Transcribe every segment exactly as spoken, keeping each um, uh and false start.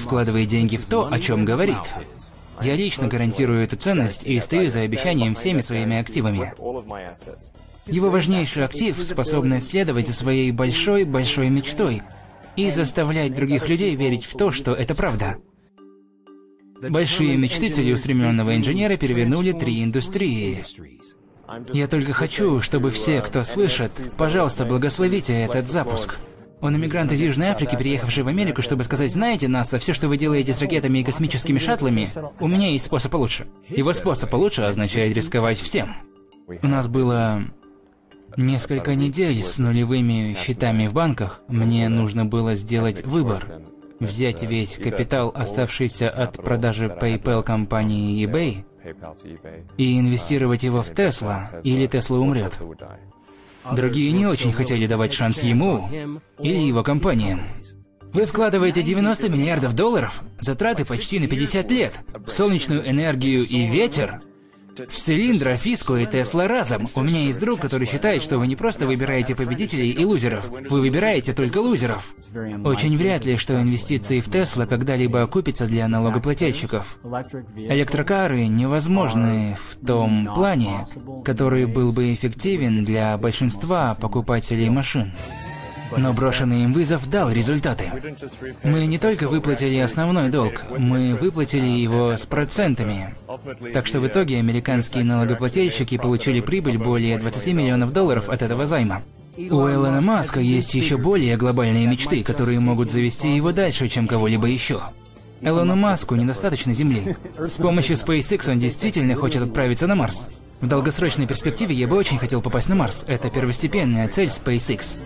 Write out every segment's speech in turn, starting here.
вкладывает деньги в то, о чем говорит. Я лично гарантирую эту ценность и стою за обещанием всеми своими активами. Его важнейший актив — способность следовать за своей большой-большой мечтой и заставлять других людей верить в то, что это правда. Большие мечты целеустремленного инженера перевернули три индустрии. Я только хочу, чтобы все, кто слышит, пожалуйста, благословите этот запуск. Он иммигрант из Южной Африки, приехавший в Америку, чтобы сказать: знаете, НАСА, все, что вы делаете с ракетами и космическими шаттлами, у меня есть способ получше. Его способ получше означает рисковать всем. У нас было несколько недель с нулевыми счетами в банках. Мне нужно было сделать выбор. Взять весь капитал, оставшийся от продажи PayPal компании eBay, и инвестировать его в Tesla, или Tesla умрет. Другие не очень хотели давать шанс ему или его компаниям. Вы вкладываете девяносто миллиардов долларов, затраты почти на пятьдесят лет, в солнечную энергию и ветер, в Цилиндра, Фиску и Тесла разом. У меня есть друг, который считает, что вы не просто выбираете победителей и лузеров, вы выбираете только лузеров. Очень вряд ли, что инвестиции в Тесла когда-либо окупятся для налогоплательщиков. Электрокары невозможны в том плане, который был бы эффективен для большинства покупателей машин. Но брошенный им вызов дал результаты. Мы не только выплатили основной долг, мы выплатили его с процентами. Так что в итоге американские налогоплательщики получили прибыль более двадцати миллионов долларов от этого займа. У Элона Маска есть еще более глобальные мечты, которые могут завести его дальше, чем кого-либо еще. Элону Маску недостаточно Земли. С помощью SpaceX он действительно хочет отправиться на Марс. В долгосрочной перспективе я бы очень хотел попасть на Марс. Это первостепенная цель SpaceX.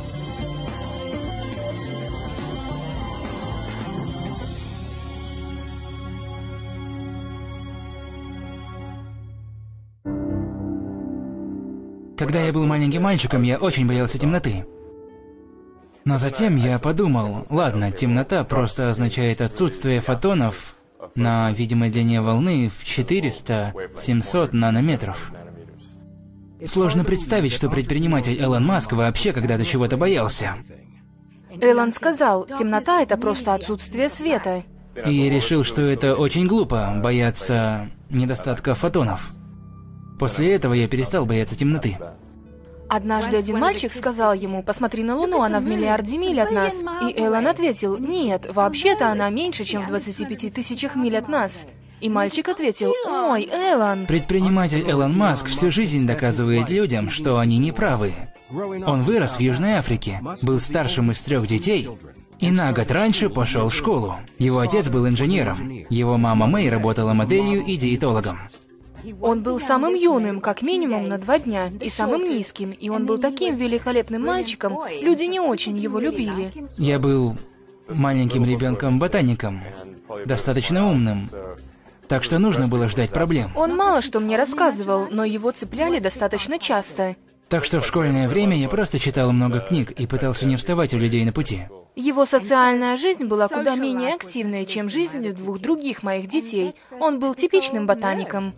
Когда я был маленьким мальчиком, я очень боялся темноты. Но затем я подумал, ладно, темнота просто означает отсутствие фотонов на видимой длине волны в четыреста-семьсот нанометров. Сложно представить, что предприниматель Элон Маск вообще когда-то чего-то боялся. Элон сказал, темнота — это просто отсутствие света. И я решил, что это очень глупо, бояться недостатка фотонов. После этого я перестал бояться темноты. Однажды один мальчик сказал ему: «Посмотри на Луну, она в миллиарде миль от нас». И Элон ответил: «Нет, вообще-то она меньше, чем в двадцати пяти тысячах миль от нас». И мальчик ответил: «Ой, Элон». Предприниматель Элон Маск всю жизнь доказывает людям, что они не правы. Он вырос в Южной Африке, был старшим из трех детей и на год раньше пошел в школу. Его отец был инженером, его мама Мэй работала моделью и диетологом. Он был самым юным, как минимум, на два дня, и самым низким, и он был таким великолепным мальчиком, люди не очень его любили. Я был маленьким ребенком-ботаником, достаточно умным, так что нужно было ждать проблем. Он мало что мне рассказывал, но его цепляли достаточно часто. Так что в школьное время я просто читал много книг и пытался не вставать у людей на пути. Его социальная жизнь была куда менее активной, чем жизнь двух других моих детей. Он был типичным ботаником.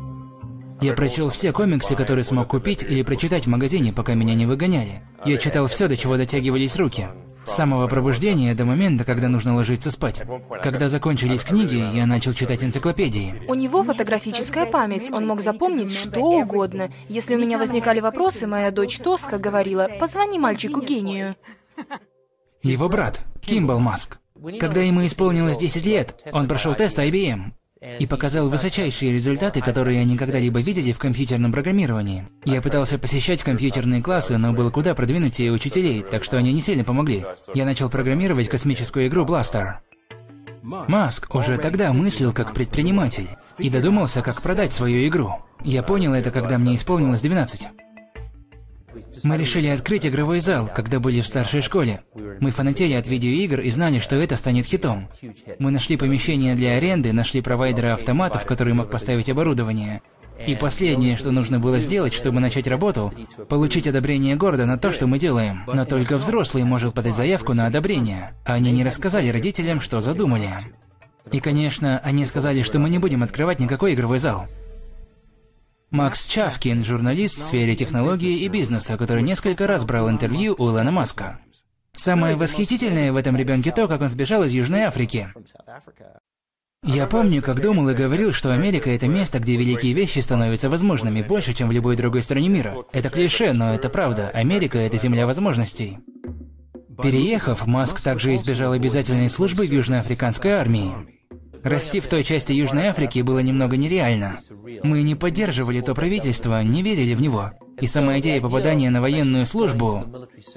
Я прочел все комиксы, которые смог купить или прочитать в магазине, пока меня не выгоняли. Я читал все, до чего дотягивались руки. С самого пробуждения до момента, когда нужно ложиться спать. Когда закончились книги, я начал читать энциклопедии. У него фотографическая память, он мог запомнить что угодно. Если у меня возникали вопросы, моя дочь Тоска говорила: «Позвони мальчику-гению». Его брат, Кимбал Маск. Когда ему исполнилось десять лет, он прошел тест ай би эм. И показал высочайшие результаты, которые они когда-либо видели в компьютерном программировании. Я пытался посещать компьютерные классы, но был куда продвинутее учителей, так что они не сильно помогли. Я начал программировать космическую игру Blaster. Маск уже тогда мыслил как предприниматель и додумался, как продать свою игру. Я понял это, когда мне исполнилось двенадцать. Мы решили открыть игровой зал, когда были в старшей школе. Мы фанатели от видеоигр и знали, что это станет хитом. Мы нашли помещение для аренды, нашли провайдера автоматов, который мог поставить оборудование. И последнее, что нужно было сделать, чтобы начать работу, получить одобрение города на то, что мы делаем. Но только взрослый может подать заявку на одобрение. Они не рассказали родителям, что задумали. И, конечно, они сказали, что мы не будем открывать никакой игровой зал. Макс Чавкин, журналист в сфере технологий и бизнеса, который несколько раз брал интервью у Илона Маска. Самое восхитительное в этом ребенке то, как он сбежал из Южной Африки. Я помню, как думал и говорил, что Америка — это место, где великие вещи становятся возможными больше, чем в любой другой стране мира. Это клише, но это правда. Америка — это земля возможностей. Переехав, Маск также избежал обязательной службы в южноафриканской армии. Расти в той части Южной Африки было немного нереально. Мы не поддерживали то правительство, не верили в него. И сама идея попадания на военную службу,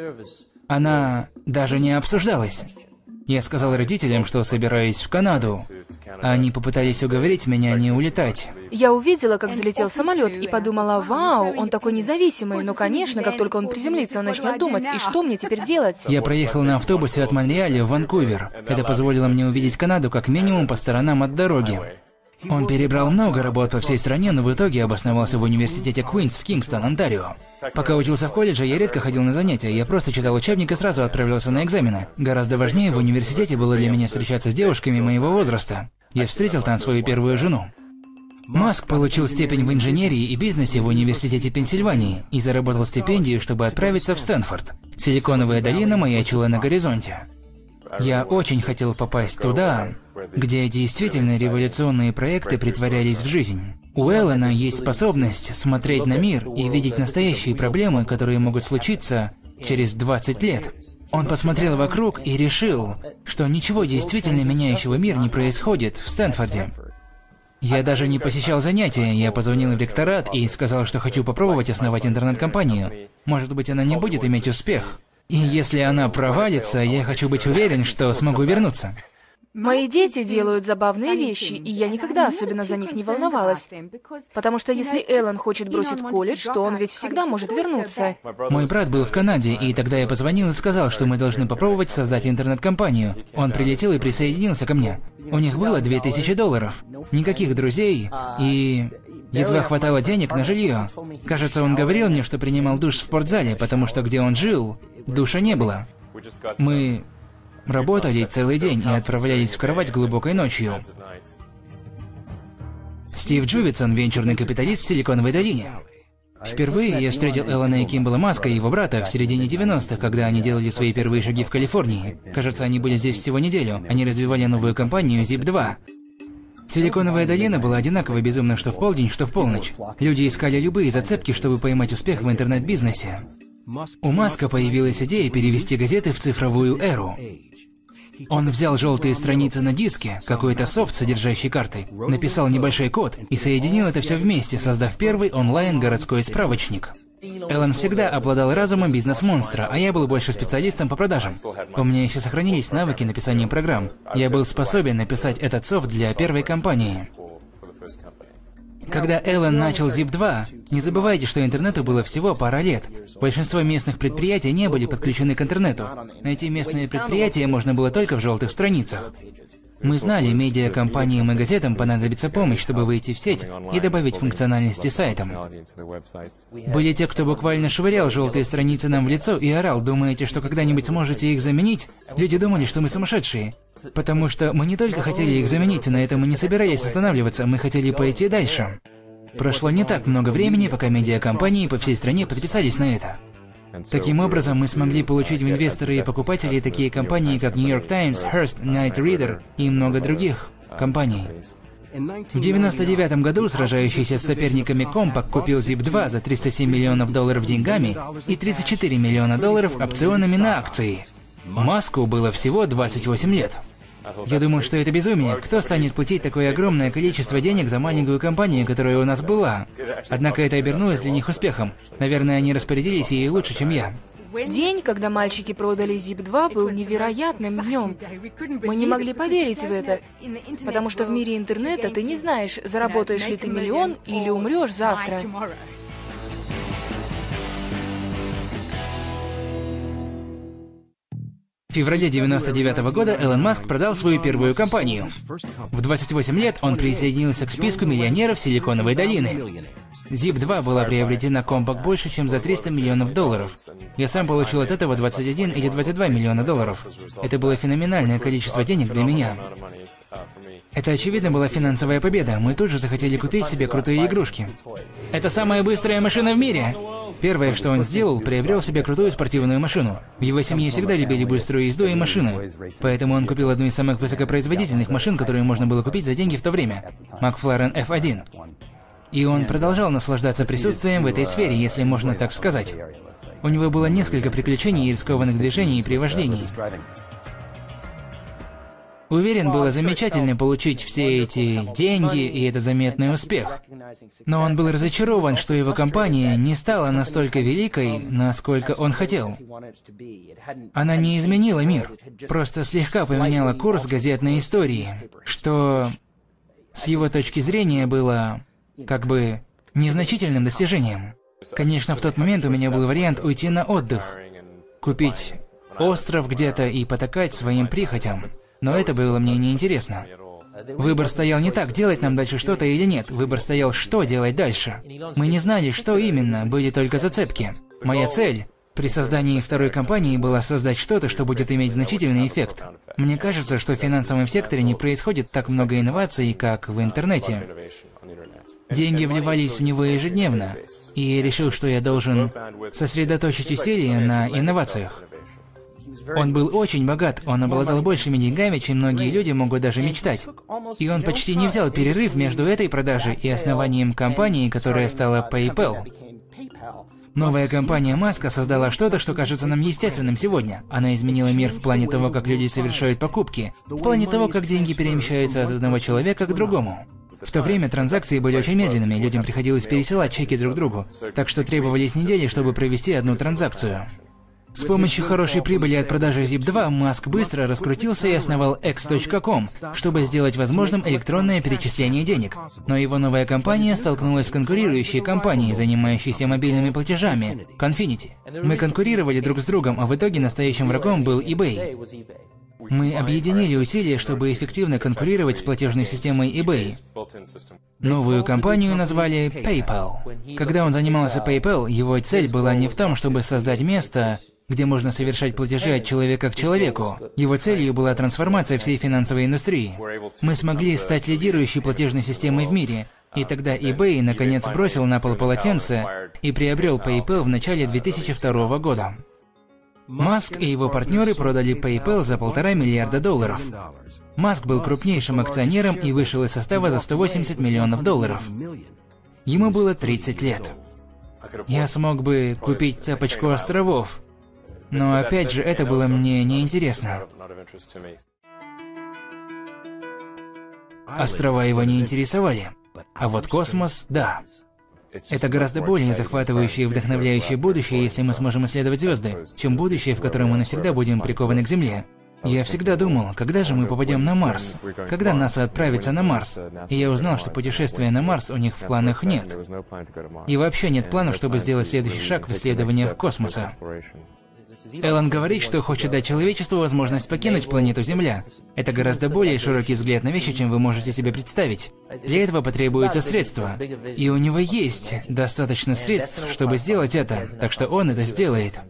она даже не обсуждалась. Я сказал родителям, что собираюсь в Канаду. Они попытались уговорить меня не улетать. Я увидела, как взлетел самолет, и подумала: вау, он такой независимый, но, конечно, как только он приземлится, он начнет думать, и что мне теперь делать? Я проехал на автобусе от Монреаля в Ванкувер. Это позволило мне увидеть Канаду как минимум по сторонам от дороги. Он перебрал много работ по всей стране, но в итоге обосновался в университете Квинс в Кингстон, Онтарио. Пока учился в колледже, я редко ходил на занятия, я просто читал учебник и сразу отправлялся на экзамены. Гораздо важнее в университете было для меня встречаться с девушками моего возраста. Я встретил там свою первую жену. Маск получил степень в инженерии и бизнесе в университете Пенсильвании и заработал стипендию, чтобы отправиться в Стэнфорд. Силиконовая долина маячила на горизонте. Я очень хотел попасть туда, где действительно революционные проекты притворялись в жизнь. У Эллена есть способность смотреть на мир и видеть настоящие проблемы, которые могут случиться через двадцать лет. Он посмотрел вокруг и решил, что ничего действительно меняющего мир не происходит в Стэнфорде. Я даже не посещал занятия, я позвонил в ректорат и сказал, что хочу попробовать основать интернет-компанию. Может быть, она не будет иметь успех. И если она провалится, я хочу быть уверен, что смогу вернуться. Мои дети делают забавные вещи, и я никогда особенно за них не волновалась. Потому что если Эллен хочет бросить колледж, то он ведь всегда может вернуться. Мой брат был в Канаде, и тогда я позвонил и сказал, что мы должны попробовать создать интернет-компанию. Он прилетел и присоединился ко мне. У них было две тысячи долларов, никаких друзей, и едва хватало денег на жилье. Кажется, он говорил мне, что принимал душ в спортзале, потому что где он жил, душа не было. Мы работали целый день и отправлялись в кровать глубокой ночью. Стив Джувитсон – венчурный капиталист в Силиконовой долине. Впервые я встретил Эллена и Кимбала Маска и его брата в середине девяностых, когда они делали свои первые шаги в Калифорнии. Кажется, они были здесь всего неделю. Они развивали новую компанию зип два. Силиконовая долина была одинаково безумна что в полдень, что в полночь. Люди искали любые зацепки, чтобы поймать успех в интернет-бизнесе. У Маска появилась идея перевести газеты в цифровую эру. Он взял желтые страницы на диске, какой-то софт, содержащий карты, написал небольшой код и соединил это все вместе, создав первый онлайн-городской справочник. Эллен всегда обладал разумом бизнес-монстра, а я был больше специалистом по продажам. У меня еще сохранились навыки написания программ. Я был способен написать этот софт для первой компании. Когда Эллен начал зип два, не забывайте, что интернету было всего пара лет. Большинство местных предприятий не были подключены к интернету. Найти местные предприятия можно было только в желтых страницах. Мы знали, медиакомпаниям и газетам понадобится помощь, чтобы выйти в сеть и добавить функциональности сайтам. Были те, кто буквально швырял желтые страницы нам в лицо и орал: «Думаете, что когда-нибудь сможете их заменить?» Люди думали, что мы сумасшедшие. Потому что мы не только хотели их заменить, на этом мы не собирались останавливаться, мы хотели пойти дальше. Прошло не так много времени, пока медиакомпании по всей стране подписались на это. Таким образом, мы смогли получить в инвесторы и покупатели такие компании, как New York Times, Hearst, Knight Reader и много других компаний. В девяносто девятом году сражающийся с соперниками Compaq купил зип два за триста семь миллионов долларов деньгами и тридцать четыре миллиона долларов опционами на акции. Маску было всего двадцать восемь лет. Я думаю, что это безумие. Кто станет платить такое огромное количество денег за маленькую компанию, которая у нас была? Однако это обернулось для них успехом. Наверное, они распорядились ей лучше, чем я. День, когда мальчики продали зип два, был невероятным днем. Мы не могли поверить в это, потому что в мире интернета ты не знаешь, заработаешь ли ты миллион или умрешь завтра. В феврале девяносто девятого года Элон Маск продал свою первую компанию. В двадцать восемь лет он присоединился к списку миллионеров Силиконовой долины. зип два была приобретена Compaq больше, чем за триста миллионов долларов. Я сам получил от этого двадцать один или двадцать два миллиона долларов. Это было феноменальное количество денег для меня. Это, очевидно, была финансовая победа. Мы тут же захотели купить себе крутые игрушки. Это самая быстрая машина в мире. Первое, что он сделал, приобрел себе крутую спортивную машину. В его семье всегда любили быструю езду и машины. Поэтому он купил одну из самых высокопроизводительных машин, которую можно было купить за деньги в то время – McLaren эф один. И он продолжал наслаждаться присутствием в этой сфере, если можно так сказать. У него было несколько приключений и рискованных движений при вождении. Уверен, было замечательно получить все эти деньги и это заметный успех. Но он был разочарован, что его компания не стала настолько великой, насколько он хотел. Она не изменила мир, просто слегка поменяла курс газетной истории, что с его точки зрения было как бы незначительным достижением. Конечно, в тот момент у меня был вариант уйти на отдых, купить остров где-то и потакать своим прихотям. Но это было мне неинтересно. Выбор стоял не так, делать нам дальше что-то или нет. Выбор стоял, что делать дальше. Мы не знали, что именно, были только зацепки. Моя цель при создании второй компании была создать что-то, что будет иметь значительный эффект. Мне кажется, что в финансовом секторе не происходит так много инноваций, как в интернете. Деньги вливались в него ежедневно, и я решил, что я должен сосредоточить усилия на инновациях. Он был очень богат, он обладал большими деньгами, чем многие люди могут даже мечтать. И он почти не взял перерыв между этой продажей и основанием компании, которая стала PayPal. Новая компания Маска создала что-то, что кажется нам естественным сегодня. Она изменила мир в плане того, как люди совершают покупки, в плане того, как деньги перемещаются от одного человека к другому. В то время транзакции были очень медленными, людям приходилось пересылать чеки друг другу, так что требовались недели, чтобы провести одну транзакцию. С помощью хорошей прибыли от продажи зип два Маск быстро раскрутился и основал экс точка ком, чтобы сделать возможным электронное перечисление денег. Но его новая компания столкнулась с конкурирующей компанией, занимающейся мобильными платежами – Confinity. Мы конкурировали друг с другом, а в итоге настоящим врагом был eBay. Мы объединили усилия, чтобы эффективно конкурировать с платежной системой eBay. Новую компанию назвали PayPal. Когда он занимался PayPal, его цель была не в том, чтобы создать место, где можно совершать платежи от человека к человеку. Его целью была трансформация всей финансовой индустрии. Мы смогли стать лидирующей платежной системой в мире, и тогда eBay наконец бросил на пол полотенце и приобрел PayPal в начале две тысячи второго года. Маск и его партнеры продали PayPal за полтора миллиарда долларов. Маск был крупнейшим акционером и вышел из состава за сто восемьдесят миллионов долларов. Ему было тридцать лет. Я смог бы купить цепочку островов, но опять же, это было мне неинтересно. Острова его не интересовали, а вот космос – да. Это гораздо более захватывающее и вдохновляющее будущее, если мы сможем исследовать звезды, чем будущее, в котором мы навсегда будем прикованы к Земле. Я всегда думал, когда же мы попадем на Марс? Когда НАСА отправится на Марс? И я узнал, что путешествия на Марс у них в планах нет. И вообще нет планов, чтобы сделать следующий шаг в исследованиях космоса. Элон говорит, что хочет дать человечеству возможность покинуть планету Земля. Это гораздо более широкий взгляд на вещи, чем вы можете себе представить. Для этого потребуются средства. И у него есть достаточно средств, чтобы сделать это, так что он это сделает.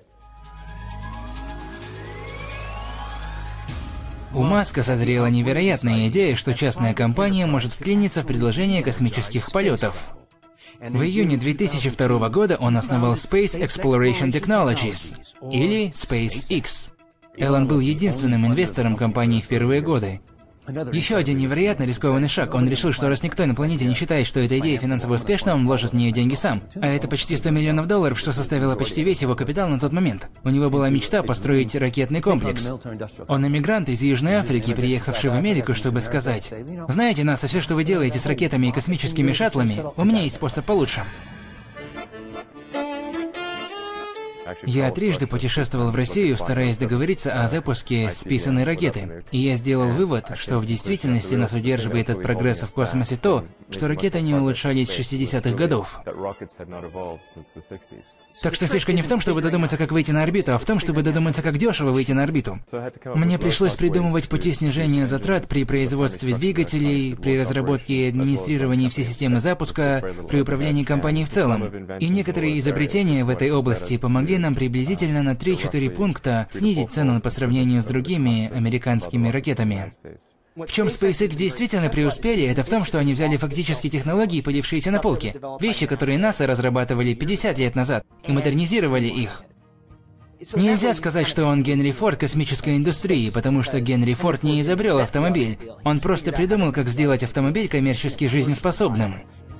У Маска созрела невероятная идея, что частная компания может вклиниться в предложение космических полетов. В июне две тысячи второго года он основал Space Exploration Technologies, или SpaceX. Элон был единственным инвестором компании в первые годы. Еще один невероятно рискованный шаг. Он решил, что раз никто на планете не считает, что эта идея финансово успешна, он вложит в нее деньги сам. А это почти сто миллионов долларов, что составило почти весь его капитал на тот момент. У него была мечта построить ракетный комплекс. Он эмигрант из Южной Африки, приехавший в Америку, чтобы сказать: «Знаете, НАСА, все, что вы делаете с ракетами и космическими шаттлами, у меня есть способ получше». Я трижды путешествовал в Россию, стараясь договориться о запуске списанной ракеты. И я сделал вывод, что в действительности нас удерживает от прогресса в космосе то, что ракеты не улучшались с шестидесятых годов. Так что фишка не в том, чтобы додуматься, как выйти на орбиту, а в том, чтобы додуматься, как дешево выйти на орбиту. Мне пришлось придумывать пути снижения затрат при производстве двигателей, при разработке и администрировании всей системы запуска, при управлении компанией в целом. И некоторые изобретения в этой области помогли нам приблизительно на три-четыре пункта снизить цену по сравнению с другими американскими ракетами. В чем SpaceX действительно преуспели, это в том, что они взяли фактически технологии, пылившиеся на полке, вещи, которые НАСА разрабатывали пятьдесят лет назад, и модернизировали их. Нельзя сказать, что он Генри Форд космической индустрии, потому что Генри Форд не изобрел автомобиль. Он просто придумал, как сделать автомобиль коммерчески жизнеспособным.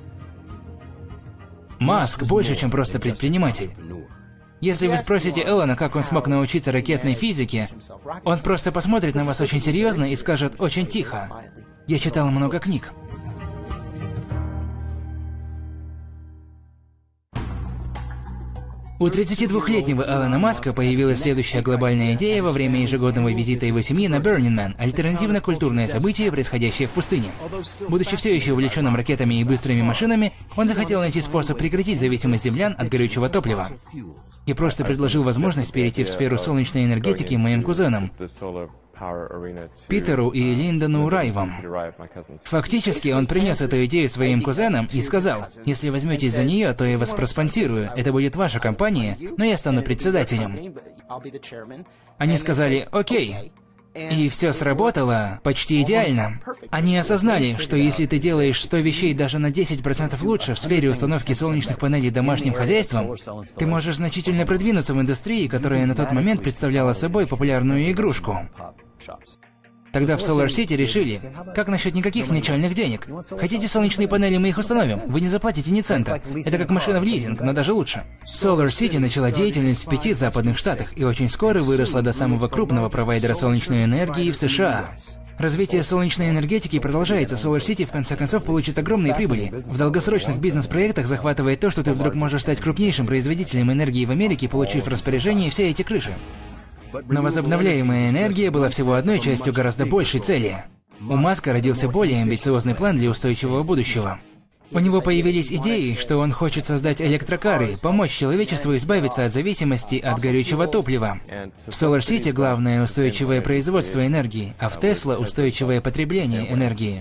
Маск больше, чем просто предприниматель. Если вы спросите Элона, как он смог научиться ракетной физике, он просто посмотрит на вас очень серьезно и скажет очень тихо: «Я читал много книг». У тридцатидвухлетнего Элона Маска появилась следующая глобальная идея во время ежегодного визита его семьи на Burning Man, альтернативно-культурное событие, происходящее в пустыне. Будучи все еще увлеченным ракетами и быстрыми машинами, он захотел найти способ прекратить зависимость землян от горючего топлива. Я просто предложил возможность перейти в сферу солнечной энергетики моим кузенам, Питеру и Линдону Райвам. Фактически, он принес эту идею своим кузенам и сказал: «Если возьметесь за нее, то я вас проспонсирую, это будет ваша компания, но я стану председателем». Они сказали: «Окей». И все сработало почти идеально. Они осознали, что если ты делаешь сто вещей даже на десять процентов лучше в сфере установки солнечных панелей домашним хозяйством, ты можешь значительно продвинуться в индустрии, которая на тот момент представляла собой популярную игрушку. Тогда в Solar City решили: как насчет никаких начальных денег? Хотите солнечные панели, мы их установим. Вы не заплатите ни цента. Это как машина в лизинг, но даже лучше. Solar City начала деятельность в пяти западных штатах и очень скоро выросла до самого крупного провайдера солнечной энергии в США. Развитие солнечной энергетики продолжается. Solar City в конце концов получит огромные прибыли. В долгосрочных бизнес-проектах захватывает то, что ты вдруг можешь стать крупнейшим производителем энергии в Америке, получив в распоряжение все эти крыши. Но возобновляемая энергия была всего одной частью гораздо большей цели. У Маска родился более амбициозный план для устойчивого будущего. У него появились идеи, что он хочет создать электрокары, помочь человечеству избавиться от зависимости от горючего топлива. В Solar City главное устойчивое производство энергии, а в Tesla устойчивое потребление энергии.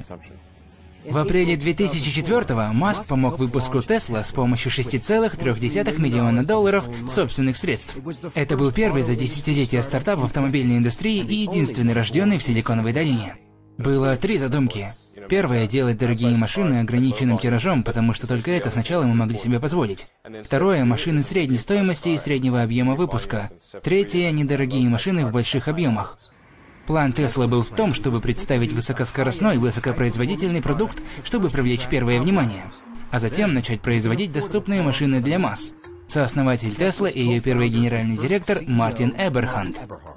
В апреле две тысячи четвёртого Маск помог выпуску Tesla с помощью шести целых трёх десятых миллиона долларов собственных средств. Это был первый за десятилетия стартап в автомобильной индустрии и единственный рожденный в Силиконовой долине. Было три задумки. Первая — делать дорогие машины ограниченным тиражом, потому что только это сначала мы могли себе позволить. Второе — машины средней стоимости и среднего объема выпуска. Третье — недорогие машины в больших объемах. План Тесла был в том, чтобы представить высокоскоростной, высокопроизводительный продукт, чтобы привлечь первое внимание, а затем начать производить доступные машины для масс. Сооснователь Тесла и ее первый генеральный директор Мартин Эберхард.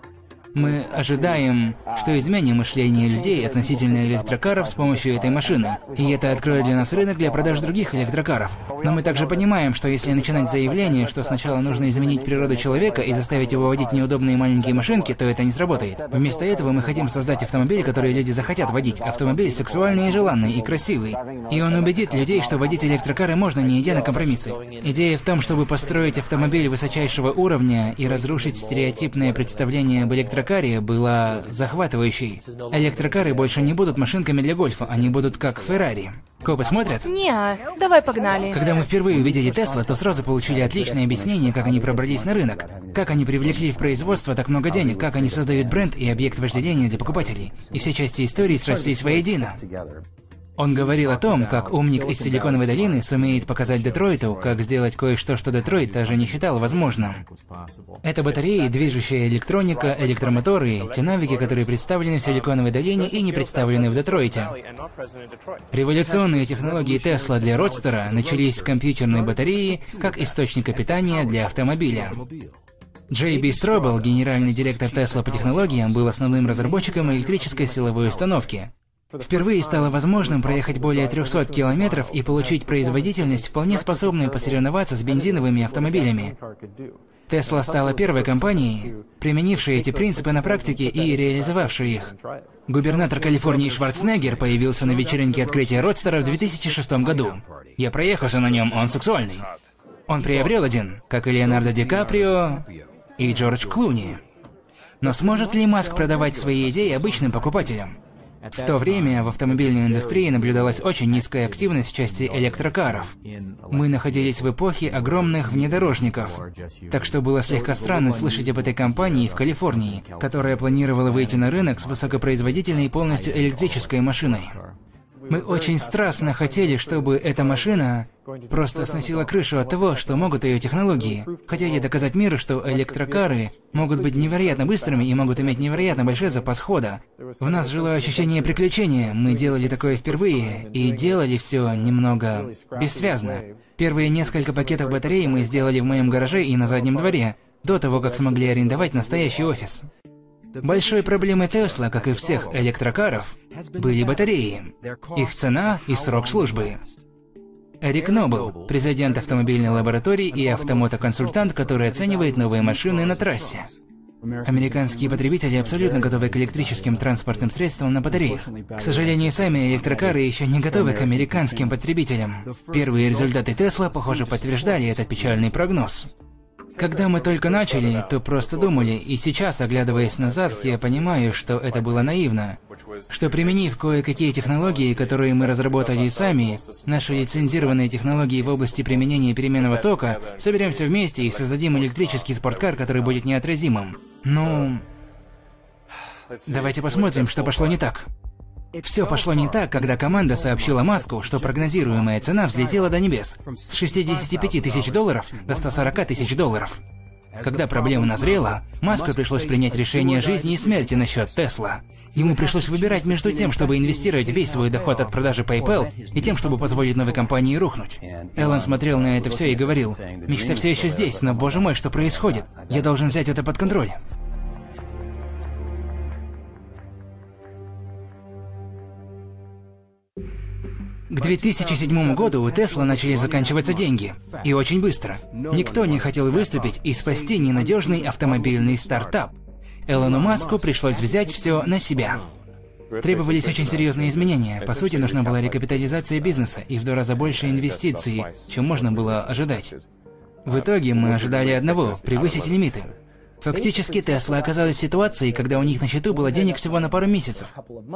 Мы ожидаем, что изменим мышление людей относительно электрокаров с помощью этой машины, и это откроет для нас рынок для продаж других электрокаров. Но мы также понимаем, что если начинать заявление, что сначала нужно изменить природу человека и заставить его водить неудобные маленькие машинки, то это не сработает. Вместо этого мы хотим создать автомобиль, который люди захотят водить. Автомобиль сексуальный и желанный, и красивый. И он убедит людей, что водить электрокары можно, не идя на компромиссы. Идея в том, чтобы построить автомобиль высочайшего уровня и разрушить стереотипное представление об электрокаре, была захватывающей. Электрокары больше не будут машинками для гольфа, они будут как Феррари. Копы смотрят? Не, давай погнали. Когда мы впервые увидели Тесла, то сразу получили отличное объяснение, как они пробрались на рынок, как они привлекли в производство так много денег, как они создают бренд и объект вожделения для покупателей. И все части истории срослись воедино. Он говорил о том, как умник из Силиконовой долины сумеет показать Детройту, как сделать кое-что, что Детройт даже не считал возможным. Это батареи, движущая электроника, электромоторы, те навыки, которые представлены в Силиконовой долине и не представлены в Детройте. Революционные технологии Тесла для Родстера начались с компьютерной батареи как источника питания для автомобиля. Джей Би Стробл, генеральный директор Тесла по технологиям, был основным разработчиком электрической силовой установки. Впервые стало возможным проехать более трёхсот километров и получить производительность, вполне способную посоревноваться с бензиновыми автомобилями. Тесла стала первой компанией, применившей эти принципы на практике и реализовавшей их. Губернатор Калифорнии Шварценеггер появился на вечеринке открытия Родстера в две тысячи шестом году. Я проехался на нем, он сексуальный. Он приобрел один, как и Леонардо Ди Каприо и Джордж Клуни. Но сможет ли Маск продавать свои идеи обычным покупателям? В то время в автомобильной индустрии наблюдалась очень низкая активность в части электрокаров. Мы находились в эпохе огромных внедорожников. Так что было слегка странно слышать об этой компании в Калифорнии, которая планировала выйти на рынок с высокопроизводительной полностью электрической машиной. Мы очень страстно хотели, чтобы эта машина просто сносила крышу от того, что могут ее технологии. Хотели доказать миру, что электрокары могут быть невероятно быстрыми и могут иметь невероятно большой запас хода. В нас жило ощущение приключения, мы делали такое впервые, и делали все немного бессвязно. Первые несколько пакетов батарей мы сделали в моем гараже и на заднем дворе, до того, как смогли арендовать настоящий офис. Большой проблемой Тесла, как и всех электрокаров, были батареи, их цена и срок службы. Эрик Нобл, президент автомобильной лаборатории и автомотоконсультант, который оценивает новые машины на трассе. Американские потребители абсолютно готовы к электрическим транспортным средствам на батареях. К сожалению, сами электрокары еще не готовы к американским потребителям. Первые результаты Тесла, похоже, подтверждали этот печальный прогноз. Когда мы только начали, то просто думали, и сейчас, оглядываясь назад, я понимаю, что это было наивно. Что применив кое-какие технологии, которые мы разработали сами, наши лицензированные технологии в области применения переменного тока, соберемся вместе и создадим электрический спорткар, который будет неотразимым. Ну... Давайте посмотрим, что пошло не так. Все пошло не так, когда команда сообщила Маску, что прогнозируемая цена взлетела до небес с шестидесяти пяти тысяч долларов до ста сорока тысяч долларов. Когда проблема назрела, Маску пришлось принять решение жизни и смерти насчет Тесла. Ему пришлось выбирать между тем, чтобы инвестировать весь свой доход от продажи PayPal, и тем, чтобы позволить новой компании рухнуть. Элон смотрел на это все и говорил: «Мечта все еще здесь, но, боже мой, что происходит? Я должен взять это под контроль». К две тысячи седьмому году у Тесла начали заканчиваться деньги. И очень быстро. Никто не хотел выступить и спасти ненадежный автомобильный стартап. Элону Маску пришлось взять все на себя. Требовались очень серьезные изменения. По сути, нужна была рекапитализация бизнеса и в два раза больше инвестиций, чем можно было ожидать. В итоге мы ожидали одного – превысить лимиты. Фактически, Тесла оказалась в ситуации, когда у них на счету было денег всего на пару месяцев.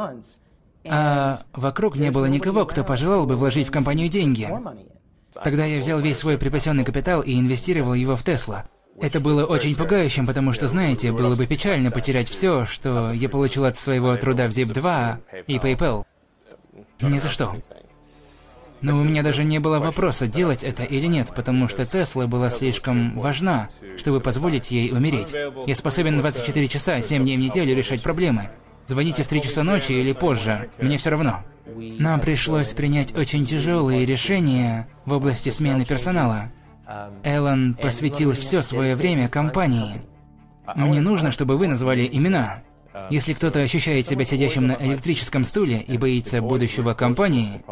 А вокруг не было никого, кто пожелал бы вложить в компанию деньги. Тогда я взял весь свой припасенный капитал и инвестировал его в Тесла. Это было очень пугающим, потому что, знаете, было бы печально потерять все, что я получил от своего труда в зип два и PayPal. Ни за что. Но у меня даже не было вопроса, делать это или нет, потому что Тесла была слишком важна, чтобы позволить ей умереть. Я способен двадцать четыре часа, семь дней в неделю решать проблемы. Звоните в три часа ночи или позже, мне все равно. Нам пришлось принять очень тяжелые решения в области смены персонала. Элон посвятил все свое время компании. Мне нужно, чтобы вы назвали имена. Если кто-то ощущает себя сидящим на электрическом стуле и боится будущего компании,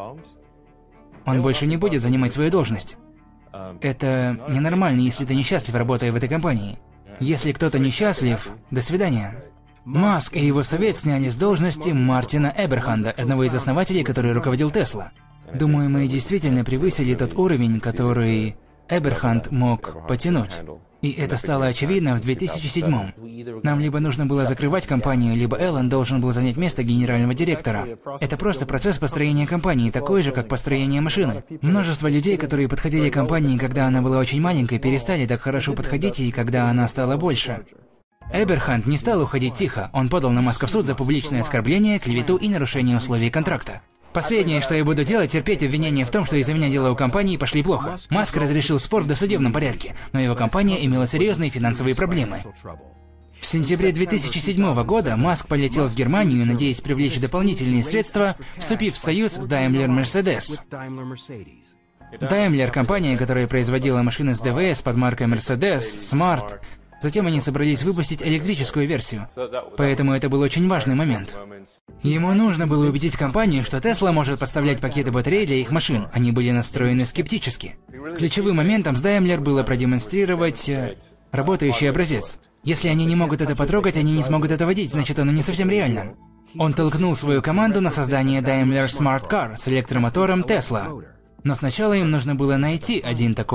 он больше не будет занимать свою должность. Это ненормально, если ты несчастлив, работая в этой компании. Если кто-то несчастлив, до свидания. Маск и его совет сняли с должности Мартина Эберханда, одного из основателей, который руководил Тесла. Думаю, мы действительно превысили тот уровень, который Эберханд мог потянуть. И это стало очевидно в две тысячи седьмом. Нам либо нужно было закрывать компанию, либо Элон должен был занять место генерального директора. Это просто процесс построения компании, такой же, как построение машины. Множество людей, которые подходили к компании, когда она была очень маленькой, перестали так хорошо подходить ей, когда она стала больше. Эберханд не стал уходить тихо, он подал на Маска в суд за публичное оскорбление, клевету и нарушение условий контракта. Последнее, что я буду делать, терпеть обвинения в том, что из-за меня дела у компании пошли плохо. Маск разрешил спор в досудебном порядке, но его компания имела серьезные финансовые проблемы. В сентябре две тысячи седьмого года Маск полетел в Германию, надеясь привлечь дополнительные средства, вступив в союз с Daimler-Mercedes. Daimler – компания, которая производила машины с ДВС под маркой Mercedes, Smart. Затем они собрались выпустить электрическую версию. Поэтому это был очень важный момент. Ему нужно было убедить компанию, что Tesla может поставлять пакеты батарей для их машин. Они были настроены скептически. Ключевым моментом с Daimler было продемонстрировать э, работающий образец. Если они не могут это потрогать, они не смогут это водить, значит, оно не совсем реально. Он толкнул свою команду на создание Daimler Smart Car с электромотором Tesla. Но сначала им нужно было найти один такой.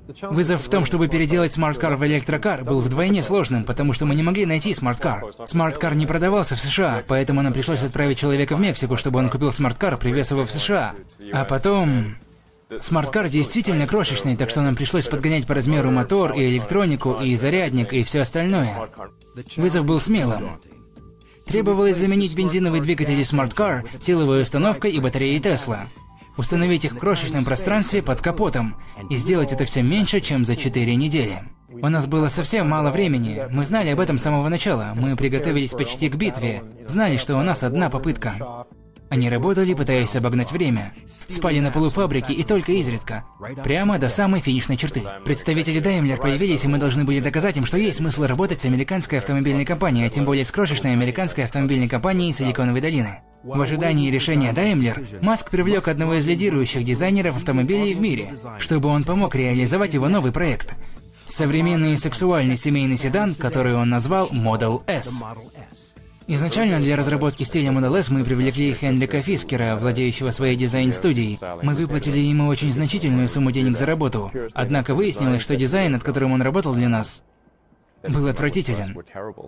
Вызов в том, чтобы переделать смарт-кар в электрокар, был вдвойне сложным, потому что мы не могли найти смарт-кар. Смарт-кар не продавался в США, поэтому нам пришлось отправить человека в Мексику, чтобы он купил смарт-кар, привез его в США. А потом... Смарт-кар действительно крошечный, так что нам пришлось подгонять по размеру мотор, и электронику, и зарядник, и все остальное. Вызов был смелым. Требовалось заменить бензиновые двигатели смарт-кар силовой установкой и батареей Тесла. Установить их в крошечном пространстве под капотом, и сделать это все меньше, чем за четыре недели. У нас было совсем мало времени, мы знали об этом с самого начала, мы приготовились почти к битве, знали, что у нас одна попытка. Они работали, пытаясь обогнать время. Спали на полу фабрики и только изредка. Прямо до самой финишной черты. Представители Daimler появились, и мы должны были доказать им, что есть смысл работать с американской автомобильной компанией, а тем более с крошечной американской автомобильной компанией Силиконовой долины. В ожидании решения Daimler, Маск привлек одного из лидирующих дизайнеров автомобилей в мире, чтобы он помог реализовать его новый проект. Современный сексуальный семейный седан, который он назвал Model S. Изначально для разработки стиля Model S мы привлекли Хенрика Фискера, владеющего своей дизайн-студией. Мы выплатили ему очень значительную сумму денег за работу. Однако выяснилось, что дизайн, над которым он работал для нас, был отвратителен.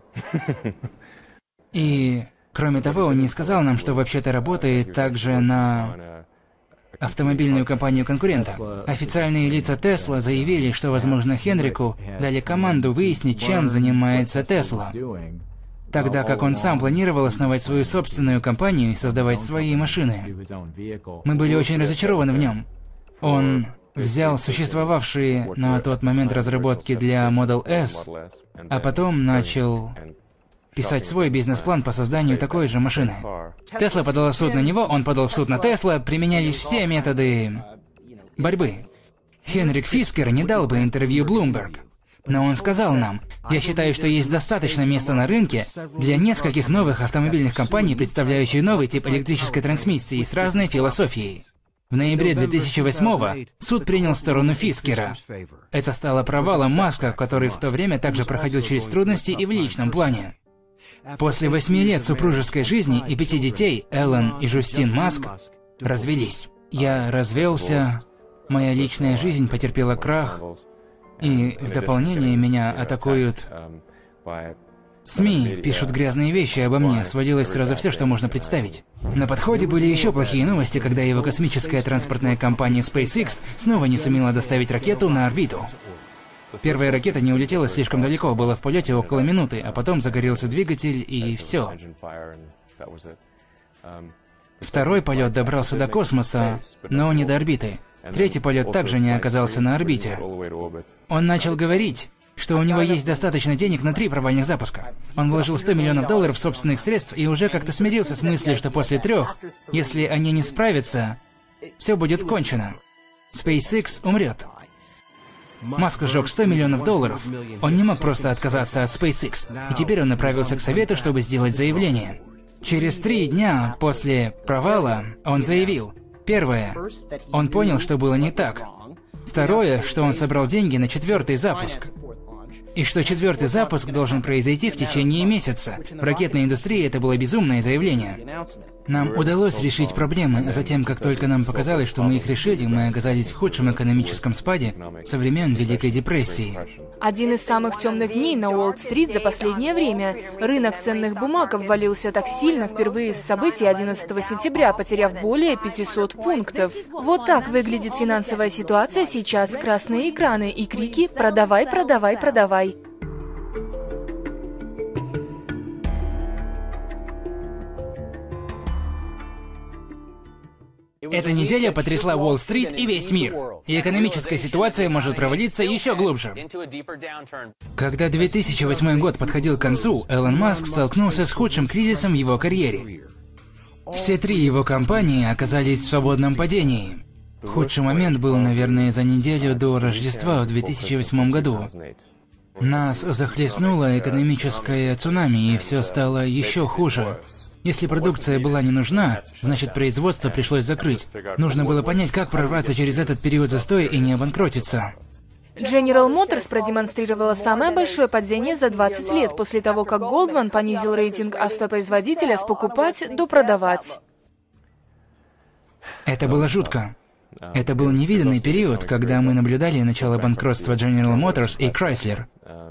И, кроме того, он не сказал нам, что вообще-то работает также на автомобильную компанию конкурента. Официальные лица Тесла заявили, что, возможно, Хенрику дали команду выяснить, чем занимается Тесла, тогда как он сам планировал основать свою собственную компанию и создавать свои машины. Мы были очень разочарованы в нем. Он взял существовавшие на тот момент разработки для Model S, а потом начал писать свой бизнес-план по созданию такой же машины. Тесла подала в суд на него, он подал в суд на Тесла, применялись все методы борьбы. Хенрик Фискер не дал бы интервью Bloomberg. Но он сказал нам: «Я считаю, что есть достаточно места на рынке для нескольких новых автомобильных компаний, представляющих новый тип электрической трансмиссии с разной философией». В ноябре две тысячи восьмого суд принял сторону Фискера. Это стало провалом Маска, который в то время также проходил через трудности и в личном плане. После восьми лет супружеской жизни и пяти детей, Элон и Жустин Маск развелись. Я развелся, моя личная жизнь потерпела крах, и в дополнение меня атакуют СМИ, пишут грязные вещи обо мне, свалилось сразу все, что можно представить. На подходе были еще плохие новости, когда его космическая транспортная компания SpaceX снова не сумела доставить ракету на орбиту. Первая ракета не улетела слишком далеко, была в полете около минуты, а потом загорелся двигатель и все. Второй полет добрался до космоса, но не до орбиты. Третий полет также не оказался на орбите. Он начал говорить, что у него есть достаточно денег на три провальных запуска. Он вложил сто миллионов долларов собственных средств и уже как-то смирился с мыслью, что после трех, если они не справятся, все будет кончено. SpaceX умрет. Маск сжег сто миллионов долларов. Он не мог просто отказаться от SpaceX, и теперь он направился к Совету, чтобы сделать заявление. Через три дня после провала он заявил: первое, он понял, что было не так. Второе, что он собрал деньги на четвертый запуск. И что четвертый запуск должен произойти в течение месяца. В ракетной индустрии это было безумное заявление. Нам удалось решить проблемы, а затем, как только нам показалось, что мы их решили, мы оказались в худшем экономическом спаде со времен Великой депрессии. Один из самых темных дней на Уолл-стрит за последнее время. Рынок ценных бумаг обвалился так сильно впервые с событий одиннадцатого сентября, потеряв более пятисот пунктов. Вот так выглядит финансовая ситуация сейчас. Красные экраны и крики «Продавай, продавай, продавай». Эта неделя потрясла Уолл-стрит и весь мир, и экономическая ситуация может провалиться еще глубже. Когда две тысячи восьмой год подходил к концу, Элон Маск столкнулся с худшим кризисом в его карьере. Все три его компании оказались в свободном падении. Худший момент был, наверное, за неделю до Рождества в две тысячи восьмом году. Нас захлестнуло экономическое цунами, и все стало еще хуже. Если продукция была не нужна, значит производство пришлось закрыть. Нужно было понять, как прорваться через этот период застоя и не обанкротиться. General Motors продемонстрировала самое большое падение за двадцать лет после того, как Goldman понизил рейтинг автопроизводителя с покупать до продавать. Это было жутко. Это был невиданный период, когда мы наблюдали начало банкротства General Motors и Chrysler.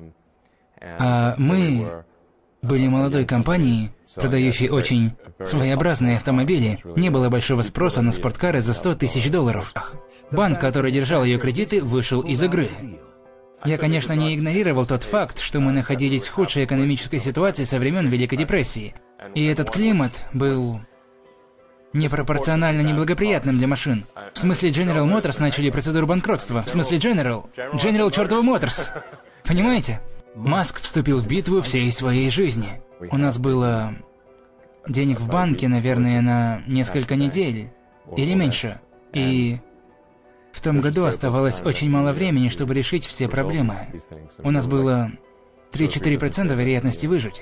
А мы были молодой компанией, продающей очень своеобразные автомобили. Не было большого спроса на спорткары за сто тысяч долларов. Банк, который держал ее кредиты, вышел из игры. Я, конечно, не игнорировал тот факт, что мы находились в худшей экономической ситуации со времен Великой депрессии. И этот климат был непропорционально неблагоприятным для машин. В смысле, General Motors начали процедуру банкротства. В смысле, General. General чертова Motors. Понимаете? Маск вступил в битву всей своей жизни. У нас было денег в банке, наверное, на несколько недель. Или меньше. И в том году оставалось очень мало времени, чтобы решить все проблемы. У нас было три-четыре процента вероятности выжить.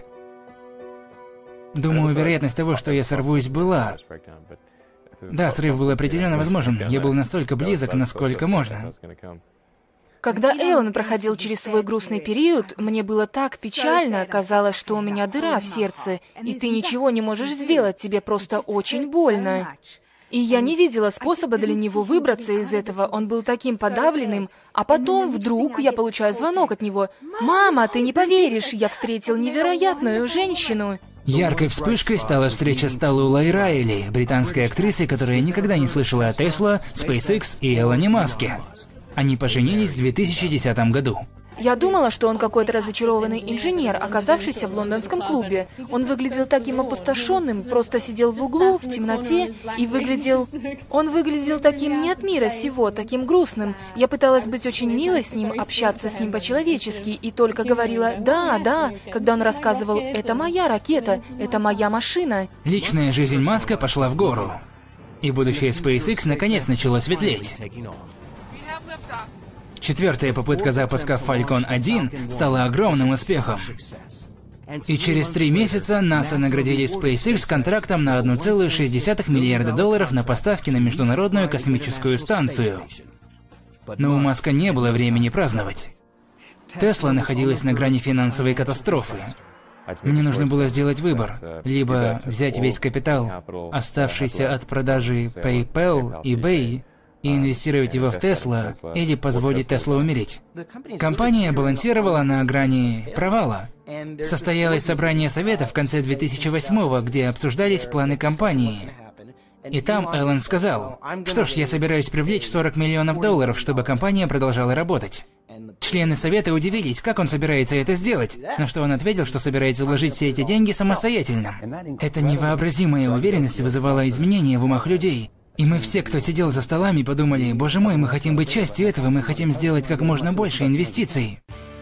Думаю, вероятность того, что я сорвусь, была. Да, срыв был определенно возможен. Я был настолько близок, насколько можно. Когда Эллен проходил через свой грустный период, мне было так печально, казалось, что у меня дыра в сердце, и ты ничего не можешь сделать, тебе просто очень больно. И я не видела способа для него выбраться из этого, он был таким подавленным, а потом вдруг я получаю звонок от него. «Мама, ты не поверишь, я встретил невероятную женщину!» Яркой вспышкой стала встреча с Талулой Райли, британской актрисой, которая никогда не слышала о Тесла, SpaceX и Элоне Маске. Они поженились в две тысячи десятом году. Я думала, что он какой-то разочарованный инженер, оказавшийся в лондонском клубе. Он выглядел таким опустошенным, просто сидел в углу, в темноте, и выглядел... Он выглядел таким не от мира сего, таким грустным. Я пыталась быть очень милой с ним, общаться с ним по-человечески, и только говорила «да, да», когда он рассказывал «это моя ракета, это моя машина». Личная жизнь Маска пошла в гору, и будущее SpaceX наконец начало светлеть. Четвертая попытка запуска Falcon один стала огромным успехом. И через три месяца НАСА наградили SpaceX контрактом на одна целая шесть десятых миллиарда долларов на поставки на Международную космическую станцию. Но у Маска не было времени праздновать. Тесла находилась на грани финансовой катастрофы. Мне нужно было сделать выбор. Либо взять весь капитал, оставшийся от продажи PayPal, eBay, и инвестировать его в Тесла, или позволить Теслу умереть. Компания балансировала на грани провала. Состоялось собрание совета в конце две тысячи восьмого, где обсуждались планы компании. И там Эллен сказал, что ж, я собираюсь привлечь сорок миллионов долларов, чтобы компания продолжала работать. Члены совета удивились, как он собирается это сделать, на что он ответил, что собирается вложить все эти деньги самостоятельно. Эта невообразимая уверенность вызывала изменения в умах людей. И мы все, кто сидел за столами, подумали, боже мой, мы хотим быть частью этого, мы хотим сделать как можно больше инвестиций.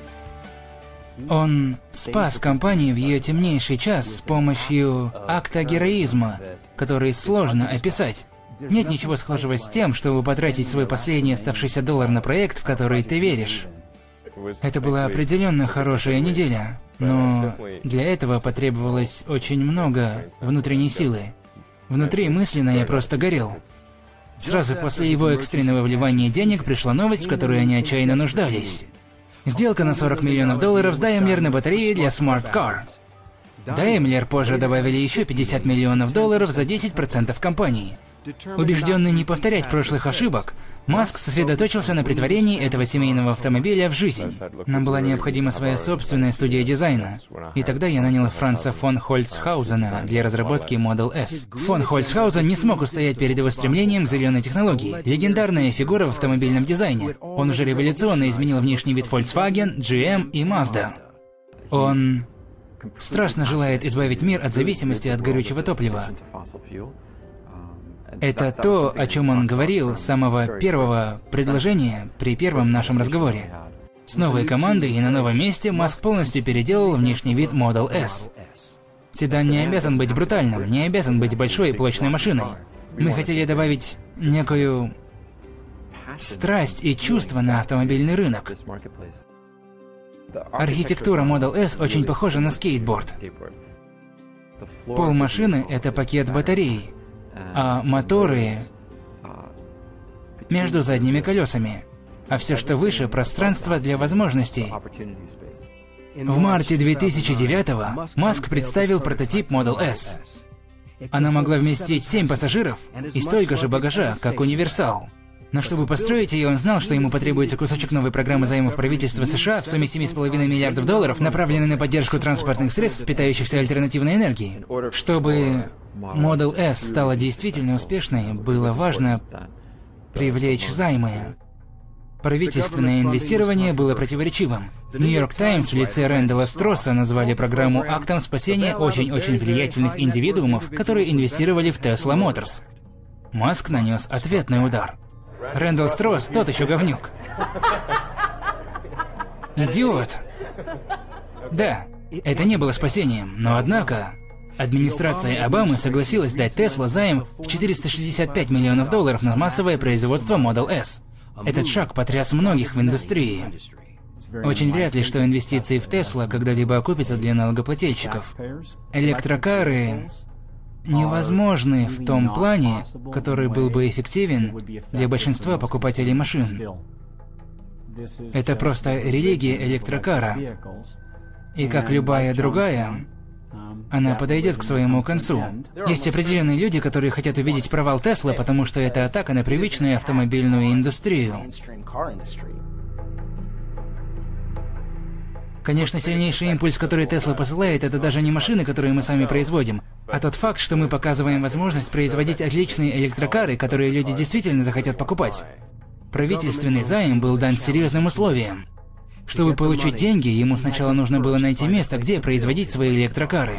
Он спас компанию в ее темнейший час с помощью акта героизма, который сложно описать. Нет ничего схожего с тем, чтобы потратить свой последний оставшийся доллар на проект, в который ты веришь. Это была определенно хорошая неделя, но для этого потребовалось очень много внутренней силы. Внутри мысленно я просто горел. Сразу после его экстренного вливания денег пришла новость, в которой они отчаянно нуждались. Сделка на сорок миллионов долларов с Daimler на батареи для Smart Car. Daimler позже добавили еще пятьдесят миллионов долларов за десять процентов компании. Убежденный не повторять прошлых ошибок, Маск сосредоточился на претворении этого семейного автомобиля в жизнь. Нам была необходима своя собственная студия дизайна. И тогда я нанял Франца фон Хольцхаузена для разработки Model S. Фон Хольцхаузен не смог устоять перед его стремлением к зеленой технологии. Легендарная фигура в автомобильном дизайне. Он уже революционно изменил внешний вид Volkswagen, джи эм и Mazda. Он страстно желает избавить мир от зависимости от горючего топлива. Это то, о чем он говорил с самого первого предложения при первом нашем разговоре. С новой командой и на новом месте Маск полностью переделал внешний вид Model S. Седан не обязан быть брутальным, не обязан быть большой и прочной машиной. Мы хотели добавить некую страсть и чувство на автомобильный рынок. Архитектура Model S очень похожа на скейтборд. Пол машины — это пакет батарей, а моторы между задними колесами, а все, что выше, пространство для возможностей. В марте две тысячи девятого Маск представил прототип Model S. Она могла вместить семь пассажиров и столько же багажа, как универсал. Но чтобы построить ее, он знал, что ему потребуется кусочек новой программы займов правительства США в сумме семи с половиной миллиардов долларов, направленной на поддержку транспортных средств, питающихся альтернативной энергией. Чтобы Model S стала действительно успешной, было важно привлечь займы. Правительственное инвестирование было противоречивым. Нью-Йорк Таймс в лице Рэндала Стросса назвали программу актом спасения очень-очень влиятельных индивидуумов, которые инвестировали в Tesla Motors. Маск нанес ответный удар. Рэндал Стросс тот еще говнюк. Идиот. Да, это не было спасением, но однако... Администрация Обамы согласилась дать Tesla займ в четыреста шестьдесят пять миллионов долларов на массовое производство Model S. Этот шаг потряс многих в индустрии. Очень вряд ли, что инвестиции в Tesla когда-либо окупятся для налогоплательщиков. Электрокары невозможны в том плане, который был бы эффективен для большинства покупателей машин. Это просто религия электрокара. И как любая другая, она подойдет к своему концу. Есть определенные люди, которые хотят увидеть провал Тесла, потому что это атака на привычную автомобильную индустрию. Конечно, сильнейший импульс, который Тесла посылает, это даже не машины, которые мы сами производим, а тот факт, что мы показываем возможность производить отличные электрокары, которые люди действительно захотят покупать. Правительственный займ был дан с серьезным условием. Чтобы получить деньги, ему сначала нужно было найти место, где производить свои электрокары.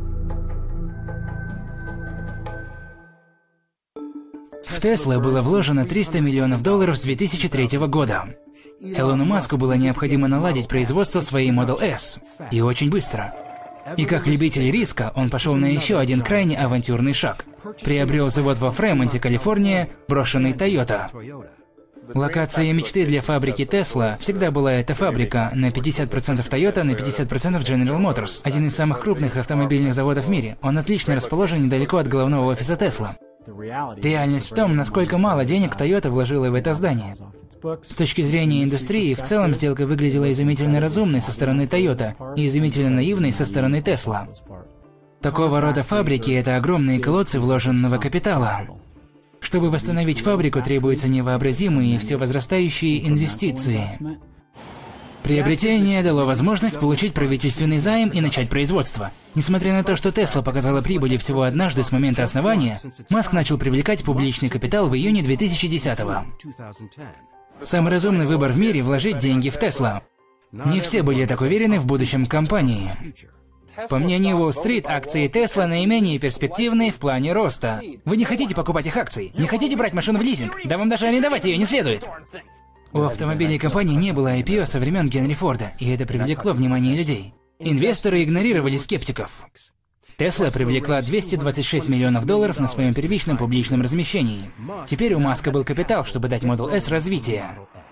В Тесла было вложено триста миллионов долларов с две тысячи третьего года. Элону Маску было необходимо наладить производство своей Model S. И очень быстро. И как любитель риска, он пошел на еще один крайне авантюрный шаг. Приобрел завод во Фремонте, Калифорния, брошенный Toyota. Локацией мечты для фабрики Tesla всегда была эта фабрика, на пятьдесят процентов Toyota, на пятьдесят процентов General Motors. Один из самых крупных автомобильных заводов в мире. Он отлично расположен недалеко от головного офиса Tesla. Реальность в том, насколько мало денег Toyota вложила в это здание. С точки зрения индустрии, в целом сделка выглядела изумительно разумной со стороны Toyota и изумительно наивной со стороны Tesla. Такого рода фабрики – это огромные колодцы вложенного капитала. Чтобы восстановить фабрику, требуются невообразимые и все возрастающие инвестиции. Приобретение дало возможность получить правительственный займ и начать производство. Несмотря на то, что Tesla показала прибыли всего однажды с момента основания, Маск начал привлекать публичный капитал в июне две тысячи десятого. Самый разумный выбор в мире – вложить деньги в Tesla. Не все были так уверены в будущем компании. По мнению Уолл-стрит, акции Tesla наименее перспективные в плане роста. Вы не хотите покупать их акции? Не хотите брать машину в лизинг? Да вам даже арендовать ее не следует. У автомобильной компании не было ай пи о со времен Генри Форда, и это привлекло внимание людей. Инвесторы игнорировали скептиков. Tesla привлекла двести двадцать шесть миллионов долларов на своем первичном публичном размещении. Теперь у Маска был капитал, чтобы дать Model S развитие.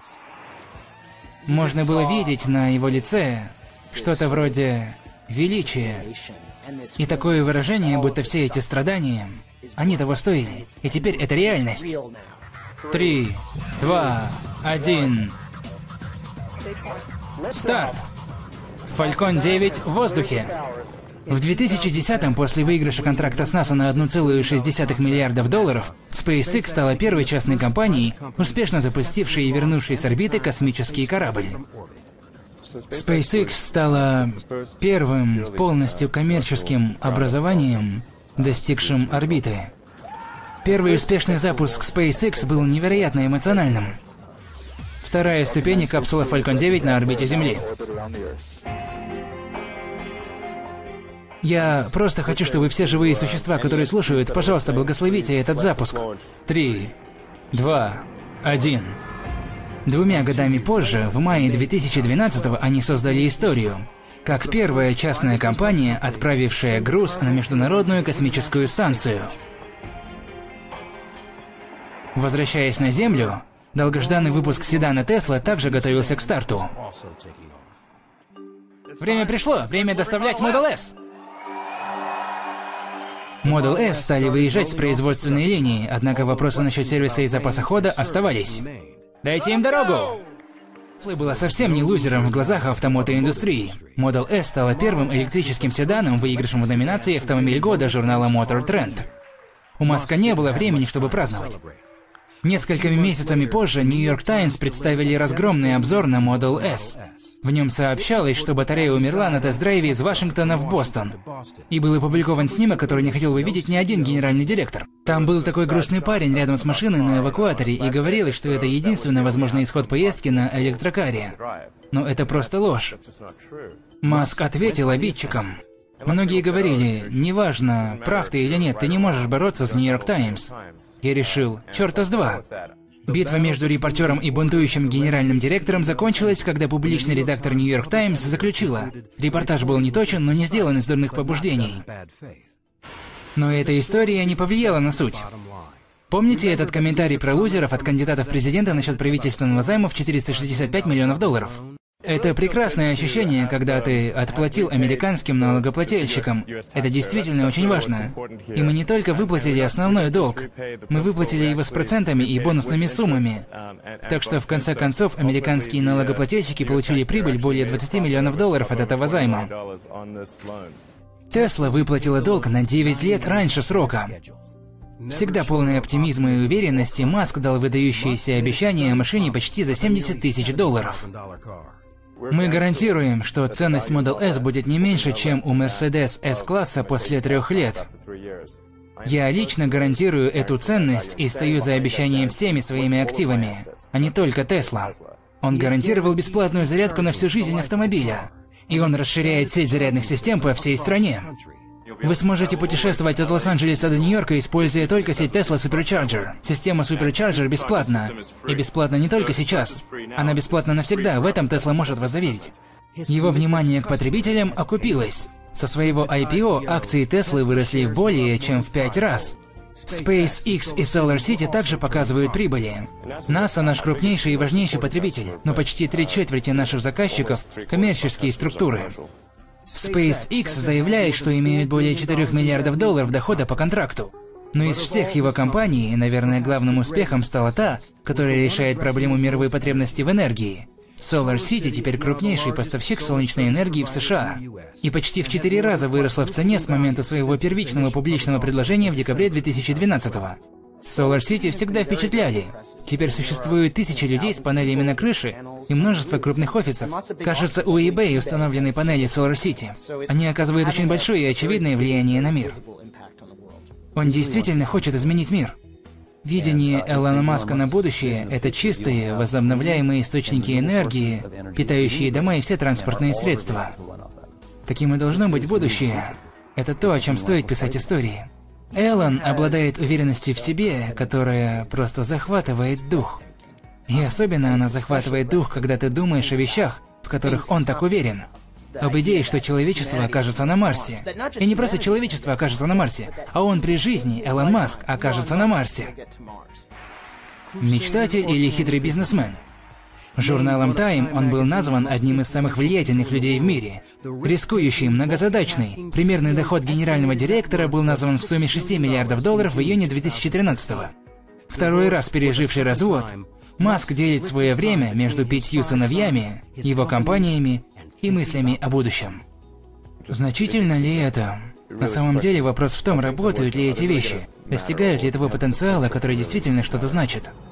Можно было видеть на его лице что-то вроде величия. И такое выражение, будто все эти страдания, они того стоили. И теперь это реальность. Три, два, один. Старт! Falcon девять в воздухе. В две тысячи десятом, после выигрыша контракта с НАСА на одна целая шесть десятых миллиардов долларов, SpaceX стала первой частной компанией, успешно запустившей и вернувшей с орбиты космический корабль. SpaceX стала первым полностью коммерческим образованием, достигшим орбиты. Первый успешный запуск SpaceX был невероятно эмоциональным. Вторая ступень — капсула Falcon девять на орбите Земли. Я просто хочу, чтобы все живые существа, которые слушают, пожалуйста, благословите этот запуск. Три, два, один. Двумя годами позже, в мае две тысячи двенадцатого, они создали историю. Как первая частная компания, отправившая груз на Международную космическую станцию. Возвращаясь на Землю, долгожданный выпуск седана Tesla также готовился к старту. Время пришло, время доставлять Model S! Model S стали выезжать с производственной линии, однако вопросы насчет сервиса и запаса хода оставались. Дайте им дорогу! Tesla была совсем не лузером в глазах автомотоиндустрии. Model S стала первым электрическим седаном, выигравшим в номинации «Автомобиль года» журнала Motor Trend. У Маска не было времени, чтобы праздновать. Несколькими месяцами позже New York Times представили разгромный обзор на Model S. В нем сообщалось, что батарея умерла на тест-драйве из Вашингтона в Бостон. И был опубликован снимок, который не хотел бы видеть ни один генеральный директор. Там был такой грустный парень рядом с машиной на эвакуаторе, и говорилось, что это единственный возможный исход поездки на электрокаре. Но это просто ложь. Маск ответил обидчикам. Многие говорили, неважно, прав ты или нет, ты не можешь бороться с New York Times. Я решил, черта с два. Битва между репортером и бунтующим генеральным директором закончилась, когда публичный редактор New York Times заключила: репортаж был неточен, но не сделан из дурных побуждений. Но эта история не повлияла на суть. Помните этот комментарий про лузеров от кандидатов в президенты насчет правительственного займа в четыреста шестьдесят пять миллионов долларов? Это прекрасное ощущение, когда ты отплатил американским налогоплательщикам. Это действительно очень важно. И мы не только выплатили основной долг, мы выплатили его с процентами и бонусными суммами. Так что в конце концов американские налогоплательщики получили прибыль более двадцати миллионов долларов от этого займа. Тесла выплатила долг на девять лет раньше срока. Всегда полный оптимизма и уверенности, Маск дал выдающиеся обещания о машине почти за семьдесят тысяч долларов. Мы гарантируем, что ценность Model S будет не меньше, чем у Mercedes S-класса после трех лет. Я лично гарантирую эту ценность и стою за обещанием всеми своими активами, а не только Tesla. Он гарантировал бесплатную зарядку на всю жизнь автомобиля. И он расширяет сеть зарядных систем по всей стране. Вы сможете путешествовать от Лос-Анджелеса до Нью-Йорка, используя только сеть Tesla Supercharger. Система Supercharger бесплатна. И бесплатна не только сейчас. Она бесплатна навсегда, в этом Tesla может вас заверить. Его внимание к потребителям окупилось. Со своего ай пи о акции Tesla выросли более чем в пять раз. SpaceX и SolarCity также показывают прибыли. НАСА наш крупнейший и важнейший потребитель, но почти три четверти наших заказчиков – коммерческие структуры. SpaceX заявляет, что имеют более четырёх миллиардов долларов дохода по контракту. Но из всех его компаний, наверное, главным успехом стала та, которая решает проблему мировой потребности в энергии. SolarCity теперь крупнейший поставщик солнечной энергии в США. И почти в четыре раза выросла в цене с момента своего первичного публичного предложения в декабре две тысячи двенадцатого. SolarCity всегда впечатляли. Теперь существуют тысячи людей с панелями на крыше и множество крупных офисов. Кажется, у eBay установлены панели SolarCity. Они оказывают очень большое и очевидное влияние на мир. Он действительно хочет изменить мир. Видение Элона Маска на будущее – это чистые, возобновляемые источники энергии, питающие дома и все транспортные средства. Таким и должно быть будущее. Это то, о чем стоит писать истории. Элон обладает уверенностью в себе, которая просто захватывает дух. И особенно она захватывает дух, когда ты думаешь о вещах, в которых он так уверен. Об идее, что человечество окажется на Марсе. И не просто человечество окажется на Марсе, а он при жизни, Элон Маск, окажется на Марсе. Мечтатель или хитрый бизнесмен? Журналом Time он был назван одним из самых влиятельных людей в мире. Рискующий, многозадачный. Примерный доход генерального директора был назван в сумме шести миллиардов долларов в июне две тысячи тринадцатого. Второй раз переживший развод, Маск делит свое время между пятью сыновьями, его компаниями и мыслями о будущем. Значительно ли это? На самом деле вопрос в том, работают ли эти вещи, достигают ли того потенциала, который действительно что-то значит.